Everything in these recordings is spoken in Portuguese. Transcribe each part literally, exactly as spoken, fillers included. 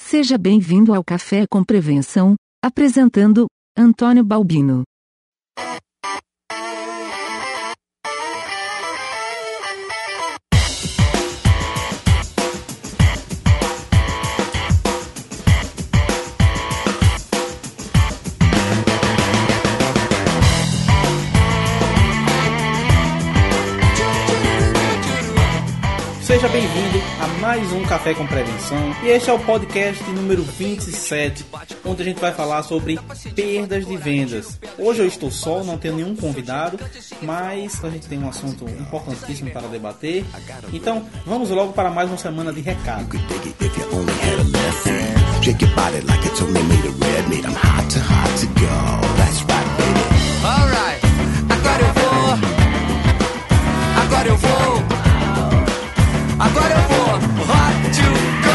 Seja bem-vindo ao Café com Prevenção, apresentando Antônio Balbino. Seja bem-vindo a mais um Café com Prevenção, e este é o podcast número vinte e sete, onde a gente vai falar sobre perdas de vendas. Hoje eu estou só, não tenho nenhum convidado, mas a gente tem um assunto importantíssimo para debater, então vamos logo para mais uma semana de recado. Agora eu vou, agora eu vou. Agora eu vou, hot to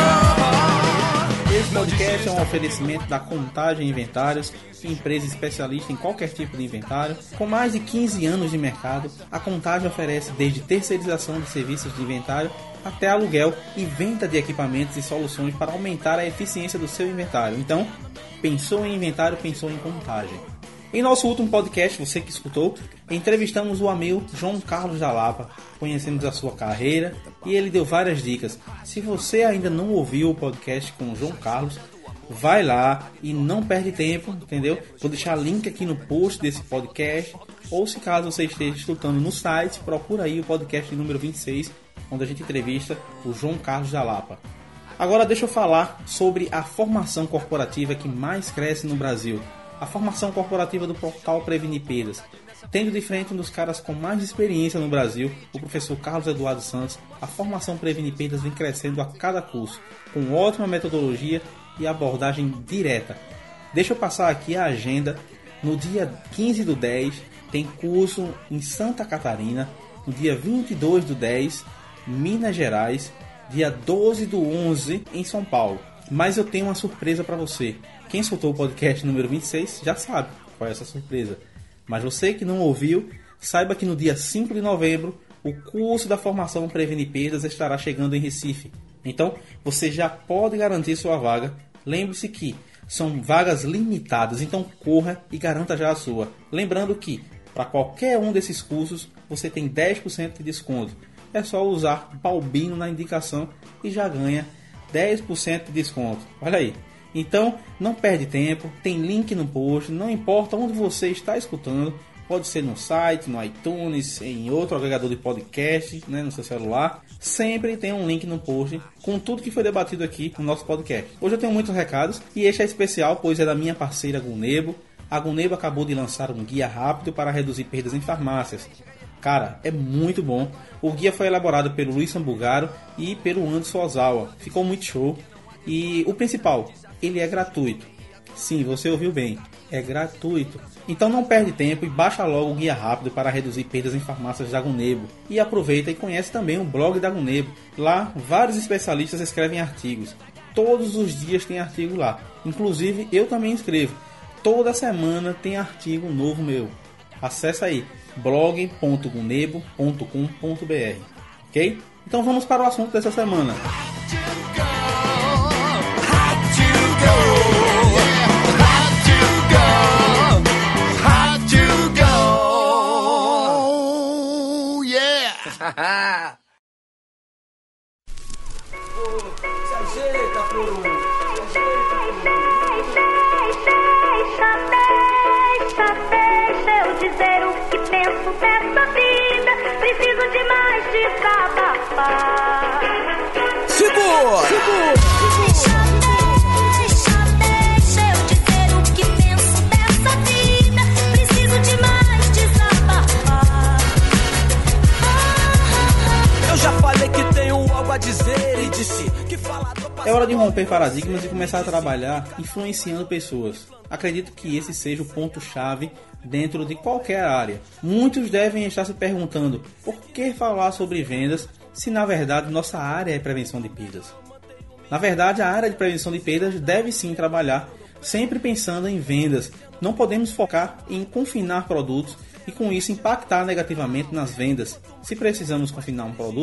go. Esse podcast é um oferecimento da Contagem Inventários, empresa especialista em qualquer tipo de inventário. Com mais de quinze anos de mercado, a Contagem oferece desde terceirização de serviços de inventário até aluguel e venda de equipamentos e soluções para aumentar a eficiência do seu inventário. Então, pensou em inventário, pensou em Contagem. Em nosso último podcast, você que escutou, entrevistamos o amigo João Carlos da Lapa, conhecemos a sua carreira e ele deu várias dicas. Se você ainda não ouviu o podcast com o João Carlos, vai lá e não perde tempo, entendeu? Vou deixar link aqui no post desse podcast, ou se caso você esteja escutando no site, procura aí o podcast número vinte e seis, onde a gente entrevista o João Carlos da Lapa. Agora deixa eu falar sobre a formação corporativa que mais cresce no Brasil. A formação corporativa do portal Prevenir Perdas. Tendo de frente um dos caras com mais experiência no Brasil, o professor Carlos Eduardo Santos, a formação Prevenir Perdas vem crescendo a cada curso, com ótima metodologia e abordagem direta. Deixa eu passar aqui a agenda. No dia quinze do dez tem curso em Santa Catarina, no dia vinte e dois do dez, Minas Gerais, dia doze do onze em São Paulo. Mas eu tenho uma surpresa para você. Quem escutou o podcast número vinte e seis já sabe qual é essa surpresa. Mas você que não ouviu, saiba que no dia cinco de novembro o curso da formação Prevenir Perdas estará chegando em Recife. Então você já pode garantir sua vaga. Lembre-se que são vagas limitadas, então corra e garanta já a sua. Lembrando que para qualquer um desses cursos você tem dez por cento de desconto. É só usar Balbino na indicação e já ganha dez por cento de desconto. Olha aí. Então, não perde tempo, tem link no post, não importa onde você está escutando, pode ser no site, no iTunes, em outro agregador de podcast, né, no seu celular, sempre tem um link no post com tudo que foi debatido aqui no nosso podcast. Hoje eu tenho muitos recados e este é especial, pois é da minha parceira Gunebo. A Gunebo acabou de lançar um guia rápido para reduzir perdas em farmácias. Cara, é muito bom. O guia foi elaborado pelo Luiz Sambugaro e pelo Anderson Ozawa. Ficou muito show. E o principal, ele é gratuito. Sim, você ouviu bem, é gratuito. Então não perde tempo e baixa logo o guia rápido para reduzir perdas em farmácias da Gunebo. E aproveita e conhece também o blog da Gunebo. Lá, vários especialistas escrevem artigos. Todos os dias tem artigo lá. Inclusive, eu também escrevo. Toda semana tem artigo novo meu. Acesse aí, blog ponto gunebo ponto com ponto br. Ok? Então vamos para o assunto dessa semana. Se ajeita, Furu. Deixa, deixa eu dizer o que penso dessa vida. Preciso de mais desabafar. Segura! Segura! Deixa, deixa eu dizer o que penso dessa vida. Preciso de mais desabafar. Eu já falei que tenho algo a dizer e disse que falar do É hora de romper paradigmas e começar a trabalhar influenciando pessoas. Acredito que esse seja o ponto-chave dentro de qualquer área. Muitos devem estar se perguntando por que falar sobre vendas se na verdade nossa área é prevenção de perdas. Na verdade, a área de prevenção de perdas deve sim trabalhar sempre pensando em vendas. Não podemos focar em confinar produtos e com isso impactar negativamente nas vendas. Se precisamos confinar um produto,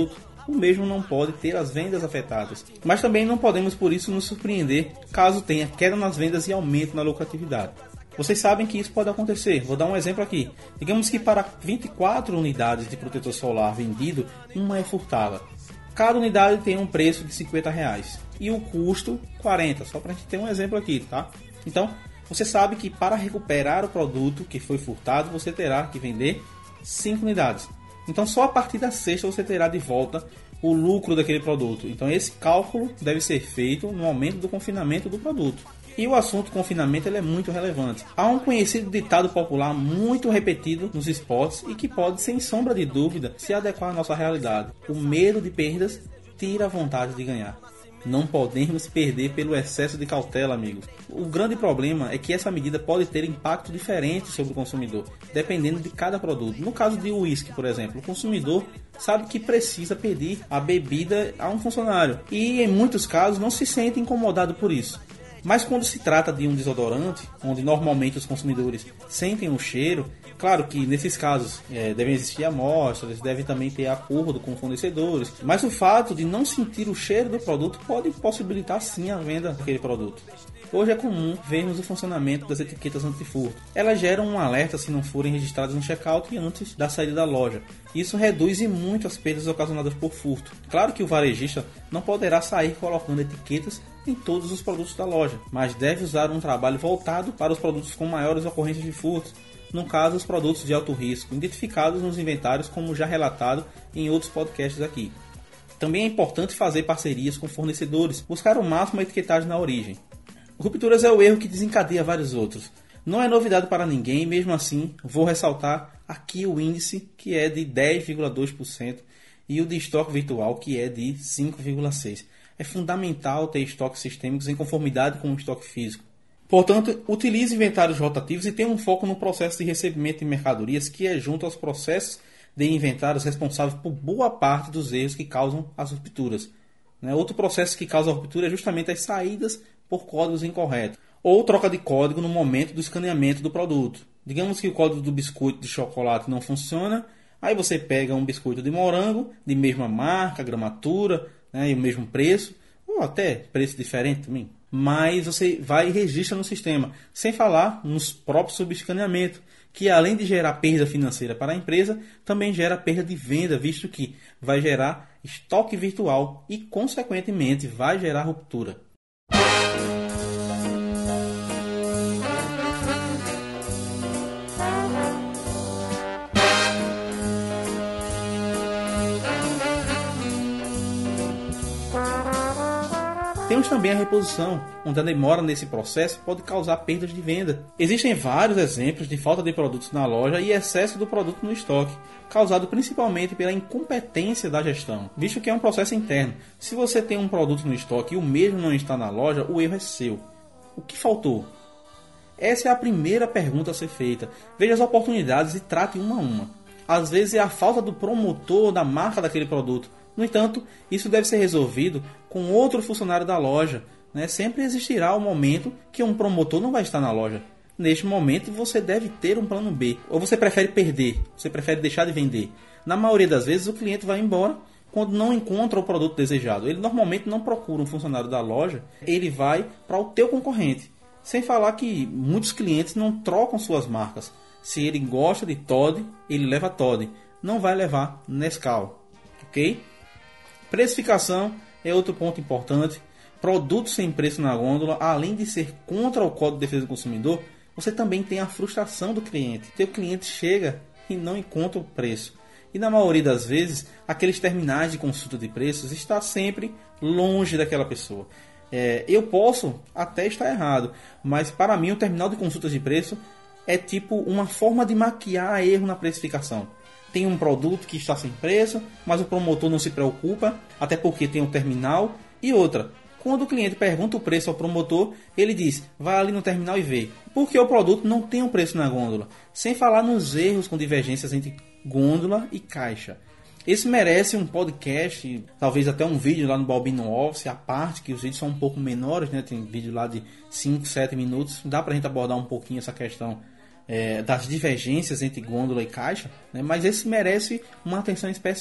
o mesmo não pode ter as vendas afetadas. Mas também não podemos por isso nos surpreender caso tenha queda nas vendas e aumento na lucratividade. Vocês sabem que isso pode acontecer. Vou dar um exemplo aqui. Digamos que para vinte e quatro unidades de protetor solar vendido, uma é furtada. Cada unidade tem um preço de cinquenta reais e o custo quarenta, só para a gente ter um exemplo aqui, tá? Então, você sabe que para recuperar o produto que foi furtado, você terá que vender cinco unidades. Então, só a partir da sexta você terá de volta o lucro daquele produto. Então, esse cálculo deve ser feito no momento do confinamento do produto. E o assunto confinamento ele é muito relevante. Há um conhecido ditado popular muito repetido nos esportes e que pode, sem sombra de dúvida, se adequar à nossa realidade. O medo de perdas tira a vontade de ganhar. Não podemos perder pelo excesso de cautela, amigos. O grande problema é que essa medida pode ter impacto diferente sobre o consumidor, dependendo de cada produto. No caso de uísque, por exemplo, o consumidor sabe que precisa pedir a bebida a um funcionário e, em muitos casos, não se sente incomodado por isso. Mas quando se trata de um desodorante, onde normalmente os consumidores sentem o cheiro, claro que nesses casos é, devem existir amostras, deve também ter acordo com fornecedores, mas o fato de não sentir o cheiro do produto pode possibilitar sim a venda daquele produto. Hoje é comum vermos o funcionamento das etiquetas antifurto. Elas geram um alerta se não forem registradas no checkout antes da saída da loja. Isso reduz muito as perdas ocasionadas por furto. Claro que o varejista não poderá sair colocando etiquetas em todos os produtos da loja, mas deve usar um trabalho voltado para os produtos com maiores ocorrências de furto. No caso, os produtos de alto risco, identificados nos inventários, como já relatado em outros podcasts aqui. Também é importante fazer parcerias com fornecedores, buscar o máximo a etiquetagem na origem. Rupturas é o erro que desencadeia vários outros. Não é novidade para ninguém, mesmo assim, vou ressaltar aqui o índice, que é de dez vírgula dois por cento, e o de estoque virtual, que é de cinco vírgula seis por cento. É fundamental ter estoques sistêmicos em conformidade com o estoque físico. Portanto, utilize inventários rotativos e tenha um foco no processo de recebimento de mercadorias, que é junto aos processos de inventários responsáveis por boa parte dos erros que causam as rupturas. Outro processo que causa a ruptura é justamente as saídas por códigos incorretos, ou troca de código no momento do escaneamento do produto. Digamos que o código do biscoito de chocolate não funciona, aí você pega um biscoito de morango, de mesma marca, gramatura, né, e o mesmo preço, ou até preço diferente também, mas você vai e registra no sistema, sem falar nos próprios subescaneamento, que além de gerar perda financeira para a empresa, também gera perda de venda, visto que vai gerar estoque virtual e, consequentemente, vai gerar ruptura. Temos também a reposição, onde a demora nesse processo pode causar perdas de venda. Existem vários exemplos de falta de produtos na loja e excesso do produto no estoque, causado principalmente pela incompetência da gestão, visto que é um processo interno. Se você tem um produto no estoque e o mesmo não está na loja, o erro é seu. O que faltou? Essa é a primeira pergunta a ser feita. Veja as oportunidades e trate uma a uma. Às vezes é a falta do promotor da marca daquele produto. No entanto, isso deve ser resolvido com outro funcionário da loja. Né? Sempre existirá o momento que um promotor não vai estar na loja. Neste momento, você deve ter um plano B. Ou você prefere perder, você prefere deixar de vender. Na maioria das vezes, o cliente vai embora quando não encontra o produto desejado. Ele normalmente não procura um funcionário da loja, ele vai para o teu concorrente. Sem falar que muitos clientes não trocam suas marcas. Se ele gosta de Toddy, ele leva Toddy. Não vai levar Nescau. Ok? Precificação é outro ponto importante. Produtos sem preço na gôndola, além de ser contra o Código de Defesa do Consumidor, você também tem a frustração do cliente. Seu cliente chega e não encontra o preço. E na maioria das vezes, aqueles terminais de consulta de preços está sempre longe daquela pessoa. É, eu posso até estar errado, mas para mim o terminal de consultas de preço é tipo uma forma de maquiar erro na precificação. Tem um produto que está sem preço, mas o promotor não se preocupa, até porque tem um terminal. E outra, quando o cliente pergunta o preço ao promotor, ele diz, vai ali no terminal e vê. Porque o produto não tem um preço na gôndola. Sem falar nos erros com divergências entre gôndola e caixa. Esse merece um podcast, talvez até um vídeo lá no Balbino Office, a parte que os vídeos são um pouco menores, né? Tem vídeo lá de cinco, sete minutos. Dá pra gente abordar um pouquinho essa questão é, das divergências entre gôndola e caixa, né? Mas esse merece uma atenção especial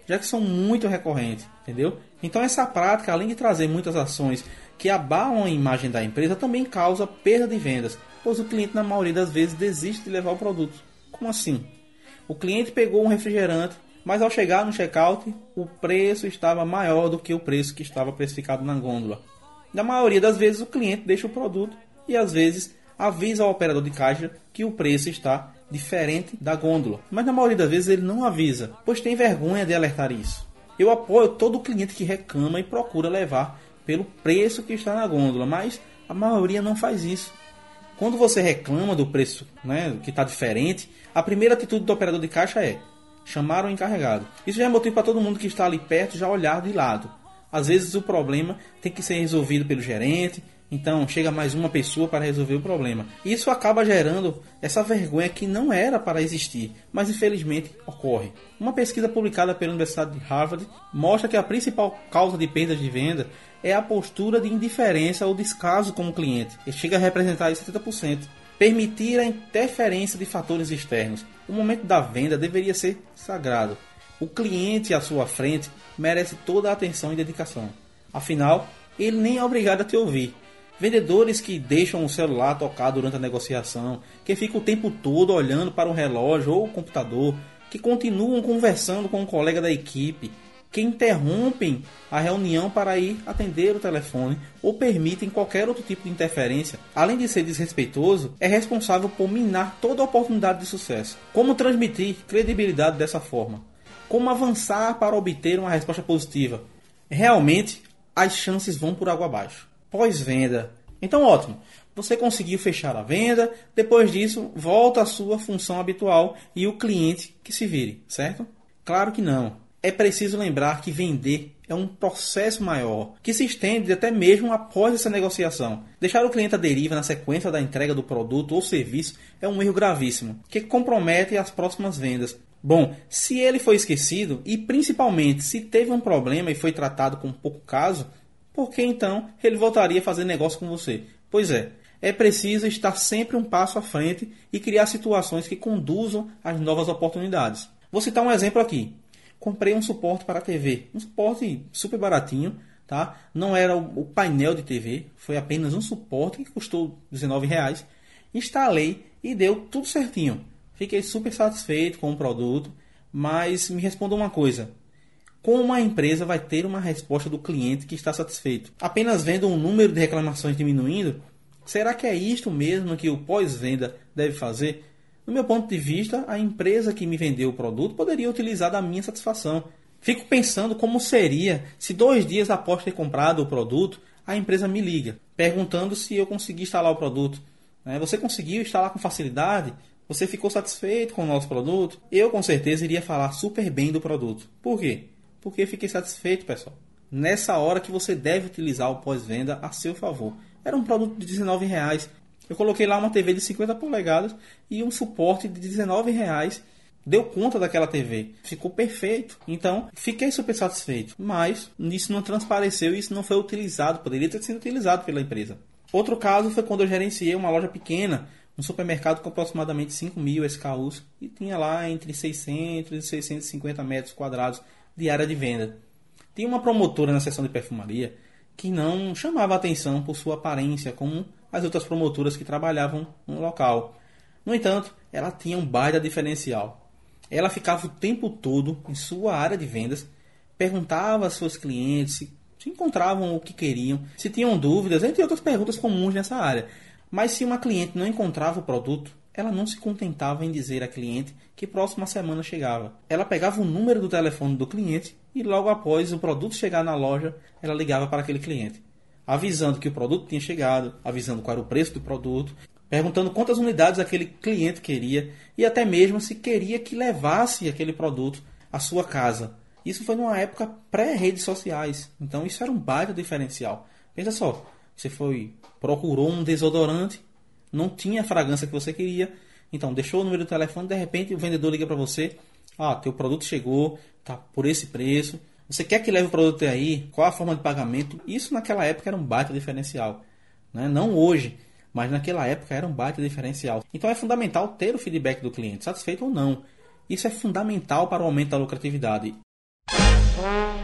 já que são muito recorrentes, entendeu? Então essa prática, além de trazer muitas ações que abalam a imagem da empresa, também causa perda de vendas, pois o cliente na maioria das vezes desiste de levar o produto. Como assim? O cliente pegou um refrigerante, mas ao chegar no checkout, o preço estava maior do que o preço que estava precificado na gôndola. Na maioria das vezes o cliente deixa o produto e às vezes avisa ao operador de caixa que o preço está diferente da gôndola. Mas na maioria das vezes ele não avisa, pois tem vergonha de alertar isso. Eu apoio todo cliente que reclama e procura levar pelo preço que está na gôndola, mas a maioria não faz isso. Quando você reclama do preço, né, que está diferente, a primeira atitude do operador de caixa é chamar o encarregado. Isso já é motivo para todo mundo que está ali perto já olhar de lado. Às vezes o problema tem que ser resolvido pelo gerente, então chega mais uma pessoa para resolver o problema. Isso acaba gerando essa vergonha que não era para existir, mas infelizmente ocorre. Uma pesquisa publicada pela Universidade de Harvard mostra que a principal causa de perda de venda é a postura de indiferença ou descaso com o cliente, que chega a representar setenta por cento. Permitir a interferência de fatores externos. O momento da venda deveria ser sagrado. O cliente à sua frente merece toda a atenção e dedicação. Afinal, ele nem é obrigado a te ouvir. Vendedores que deixam o celular tocar durante a negociação, que ficam o tempo todo olhando para o relógio ou o computador, que continuam conversando com um colega da equipe, que interrompem a reunião para ir atender o telefone ou permitem qualquer outro tipo de interferência, além de ser desrespeitoso, é responsável por minar toda a oportunidade de sucesso. Como transmitir credibilidade dessa forma? Como avançar para obter uma resposta positiva? Realmente, as chances vão por água abaixo. Pós-venda. Então, ótimo. Você conseguiu fechar a venda, depois disso, volta à sua função habitual e o cliente que se vire, certo? Claro que não. É preciso lembrar que vender é um processo maior, que se estende até mesmo após essa negociação. Deixar o cliente à deriva na sequência da entrega do produto ou serviço é um erro gravíssimo, que compromete as próximas vendas. Bom, se ele foi esquecido e principalmente se teve um problema e foi tratado com pouco caso, por que então ele voltaria a fazer negócio com você? Pois é, é preciso estar sempre um passo à frente e criar situações que conduzam às novas oportunidades. Vou citar um exemplo aqui. Comprei um suporte para a T V, um suporte super baratinho, tá? Não era o painel de T V, foi apenas um suporte que custou dezenove reais. Instalei e deu tudo certinho. Fiquei super satisfeito com o produto, mas me responda uma coisa. Como a empresa vai ter uma resposta do cliente que está satisfeito? Apenas vendo um número de reclamações diminuindo? Será que é isto mesmo que o pós-venda deve fazer? No meu ponto de vista, a empresa que me vendeu o produto poderia utilizar da minha satisfação. Fico pensando como seria se dois dias após ter comprado o produto, a empresa me liga, perguntando se eu consegui instalar o produto. Você conseguiu instalar com facilidade? Você ficou satisfeito com o nosso produto? Eu com certeza iria falar super bem do produto. Por quê? Porque fiquei satisfeito, pessoal. Nessa hora que você deve utilizar o pós-venda a seu favor. Era um produto de dezenove reais. Eu coloquei lá uma T V de cinquenta polegadas e um suporte de dezenove reais. Deu conta daquela T V. Ficou perfeito. Então, fiquei super satisfeito. Mas isso não transpareceu e isso não foi utilizado. Poderia ter sido utilizado pela empresa. Outro caso foi quando eu gerenciei uma loja pequena, um supermercado com aproximadamente cinco mil S K Us e tinha lá entre seiscentos e seiscentos e cinquenta metros quadrados de área de venda. Tinha uma promotora na seção de perfumaria que não chamava atenção por sua aparência como as outras promotoras que trabalhavam no local. No entanto, ela tinha um baita diferencial. Ela ficava o tempo todo em sua área de vendas, perguntava aos seus clientes se, se encontravam o que queriam, se tinham dúvidas, entre outras perguntas comuns nessa área. Mas se uma cliente não encontrava o produto, ela não se contentava em dizer à cliente que próxima semana chegava. Ela pegava o número do telefone do cliente e logo após o produto chegar na loja, ela ligava para aquele cliente, avisando que o produto tinha chegado, avisando qual era o preço do produto, perguntando quantas unidades aquele cliente queria e até mesmo se queria que levasse aquele produto à sua casa. Isso foi numa época pré-redes sociais, então isso era um baita diferencial. Pensa só, você foi, procurou um desodorante, não tinha a fragrância que você queria, então deixou o número do telefone, de repente o vendedor liga para você, ah, teu produto chegou, tá por esse preço, você quer que leve o produto aí, qual a forma de pagamento? Isso naquela época era um baita diferencial, né? Não hoje, mas naquela época era um baita diferencial. Então é fundamental ter o feedback do cliente, satisfeito ou não. Isso é fundamental para o aumento da lucratividade.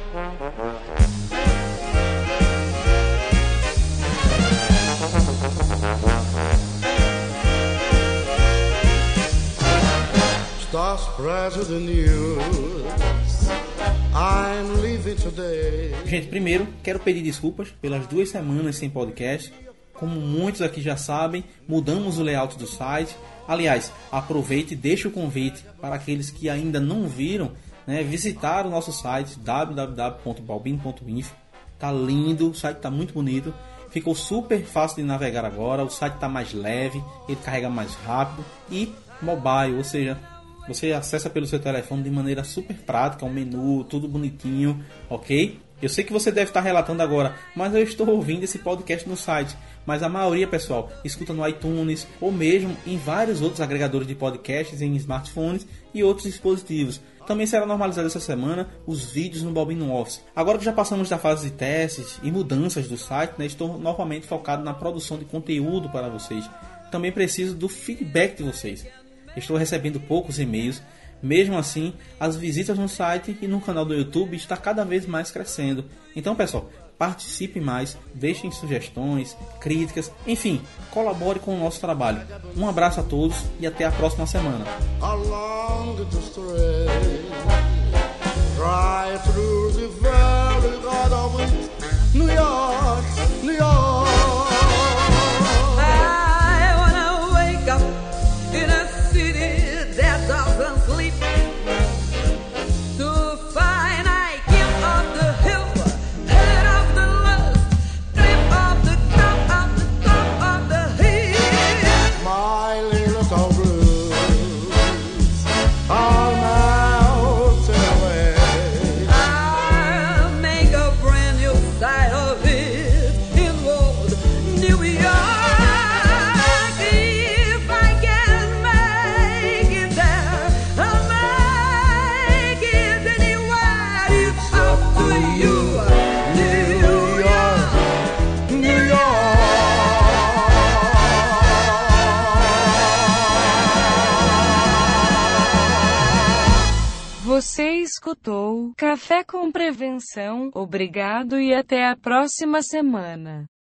Gente, primeiro quero pedir desculpas pelas duas semanas sem podcast. Como muitos aqui já sabem, mudamos o layout do site. Aliás, aproveite e deixe o convite para aqueles que ainda não viram, né, visitar o nosso site w w w ponto balbino ponto info. Tá lindo, o site tá muito bonito. Ficou super fácil de navegar agora. O site tá mais leve, ele carrega mais rápido e mobile, ou seja, você acessa pelo seu telefone de maneira super prática, um menu, tudo bonitinho, ok? Eu sei que você deve estar relatando agora, mas eu estou ouvindo esse podcast no site. Mas a maioria, pessoal, escuta no iTunes ou mesmo em vários outros agregadores de podcasts em smartphones e outros dispositivos. Também será normalizado essa semana os vídeos no Balbino Office. Agora que já passamos da fase de testes e mudanças do site, né, estou novamente focado na produção de conteúdo para vocês. Também preciso do feedback de vocês. Estou recebendo poucos e-mails. Mesmo assim, as visitas no site e no canal do YouTube está cada vez mais crescendo. Então, pessoal, participe mais, deixem sugestões, críticas, enfim, colabore com o nosso trabalho. Um abraço a todos e até a próxima semana. Você escutou Café com Prevenção. Obrigado e até a próxima semana.